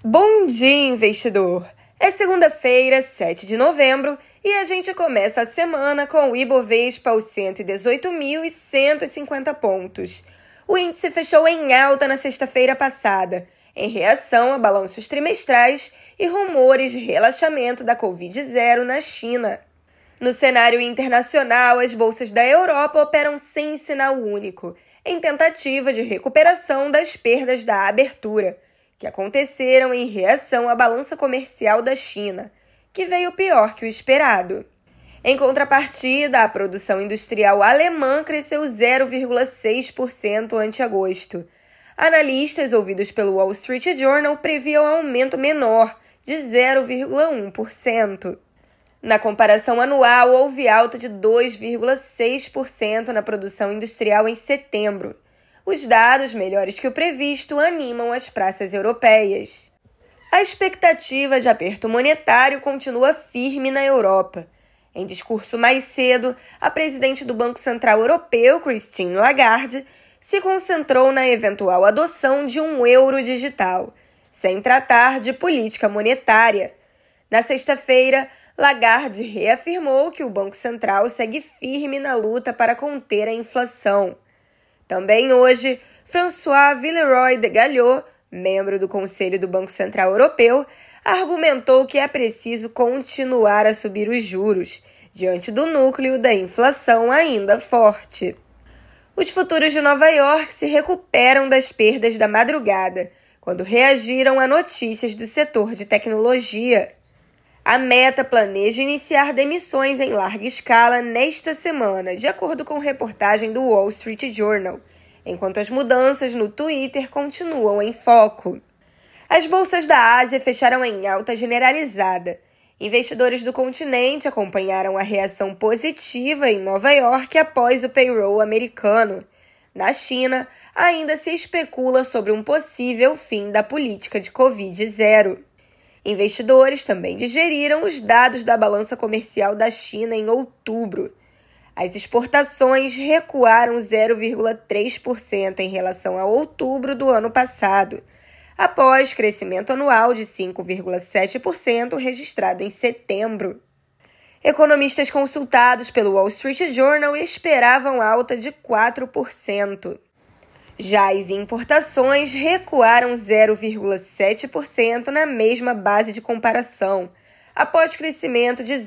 Bom dia, investidor! É segunda-feira, 7 de novembro, e a gente começa a semana com o Ibovespa aos 118.150 pontos. O índice fechou em alta na sexta-feira passada, em reação a balanços trimestrais e rumores de relaxamento da Covid-0 na China. No cenário internacional, as bolsas da Europa operam sem sinal único, em tentativa de recuperação das perdas da abertura, que aconteceram em reação à balança comercial da China, que veio pior que o esperado. Em contrapartida, a produção industrial alemã cresceu 0,6% ante agosto. Analistas ouvidos pelo Wall Street Journal previam aumento menor, de 0,1%. Na comparação anual, houve alta de 2,6% na produção industrial em setembro. Os dados, melhores que o previsto, animam as praças europeias. A expectativa de aperto monetário continua firme na Europa. Em discurso mais cedo, a presidente do Banco Central Europeu, Christine Lagarde, se concentrou na eventual adoção de um euro digital, sem tratar de política monetária. Na sexta-feira, Lagarde reafirmou que o Banco Central segue firme na luta para conter a inflação. Também hoje, François Villeroy de Galhau, membro do Conselho do Banco Central Europeu, argumentou que é preciso continuar a subir os juros, diante do núcleo da inflação ainda forte. Os futuros de Nova York se recuperam das perdas da madrugada, quando reagiram a notícias do setor de tecnologia. A Meta planeja iniciar demissões em larga escala nesta semana, de acordo com reportagem do Wall Street Journal, enquanto as mudanças no Twitter continuam em foco. As bolsas da Ásia fecharam em alta generalizada. Investidores do continente acompanharam a reação positiva em Nova York após o payroll americano. Na China, ainda se especula sobre um possível fim da política de Covid-0. Investidores também digeriram os dados da balança comercial da China em outubro. As exportações recuaram 0,3% em relação a outubro do ano passado, após crescimento anual de 5,7% registrado em setembro. Economistas consultados pelo Wall Street Journal esperavam alta de 4%. Já as importações recuaram 0,7% na mesma base de comparação, após crescimento de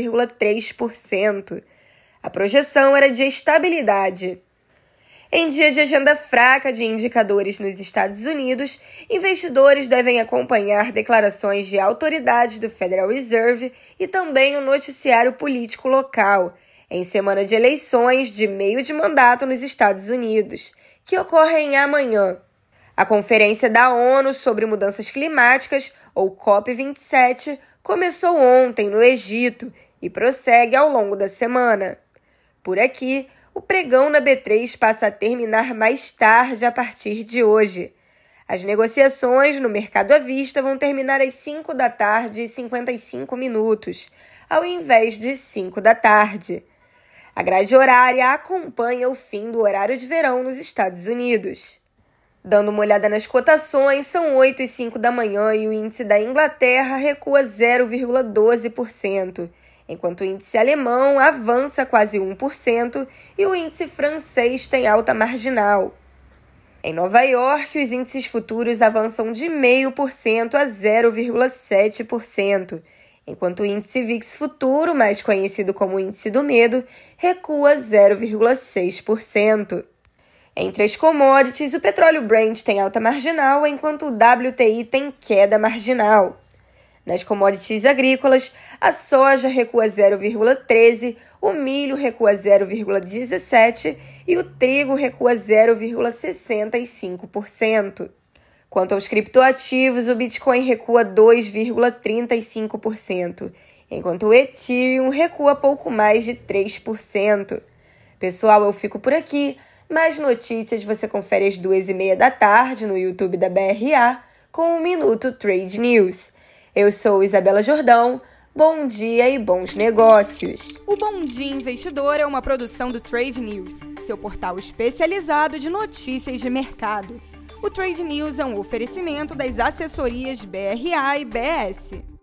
0,3%. A projeção era de estabilidade. Em dia de agenda fraca de indicadores nos Estados Unidos, investidores devem acompanhar declarações de autoridades do Federal Reserve e também o noticiário político local, em semana de eleições de meio de mandato nos Estados Unidos, que ocorrem amanhã. A Conferência da ONU sobre Mudanças Climáticas, ou COP27, começou ontem no Egito e prossegue ao longo da semana. Por aqui, o pregão na B3 passa a terminar mais tarde a partir de hoje. As negociações no mercado à vista vão terminar às 5h55, ao invés de 5 da tarde. A grade horária acompanha o fim do horário de verão nos Estados Unidos. Dando uma olhada nas cotações, são 8h05 da manhã e o índice da Inglaterra recua 0,12%, enquanto o índice alemão avança quase 1% e o índice francês tem alta marginal. Em Nova York, os índices futuros avançam de 0,5% a 0,7%, enquanto o índice VIX futuro, mais conhecido como índice do medo, recua 0,6%. Entre as commodities, o petróleo Brent tem alta marginal, enquanto o WTI tem queda marginal. Nas commodities agrícolas, a soja recua 0,13%, o milho recua 0,17% e o trigo recua 0,65%. Quanto aos criptoativos, o Bitcoin recua 2,35%, enquanto o Ethereum recua pouco mais de 3%. Pessoal, eu fico por aqui. Mais notícias você confere às 2h30 da tarde no YouTube da BRA com o Minuto Trade News. Eu sou Isabela Jordão. Bom dia e bons negócios. O Bom Dia Investidor é uma produção do Trade News, seu portal especializado de notícias de mercado. O Trade News é um oferecimento das assessorias BRA e BS.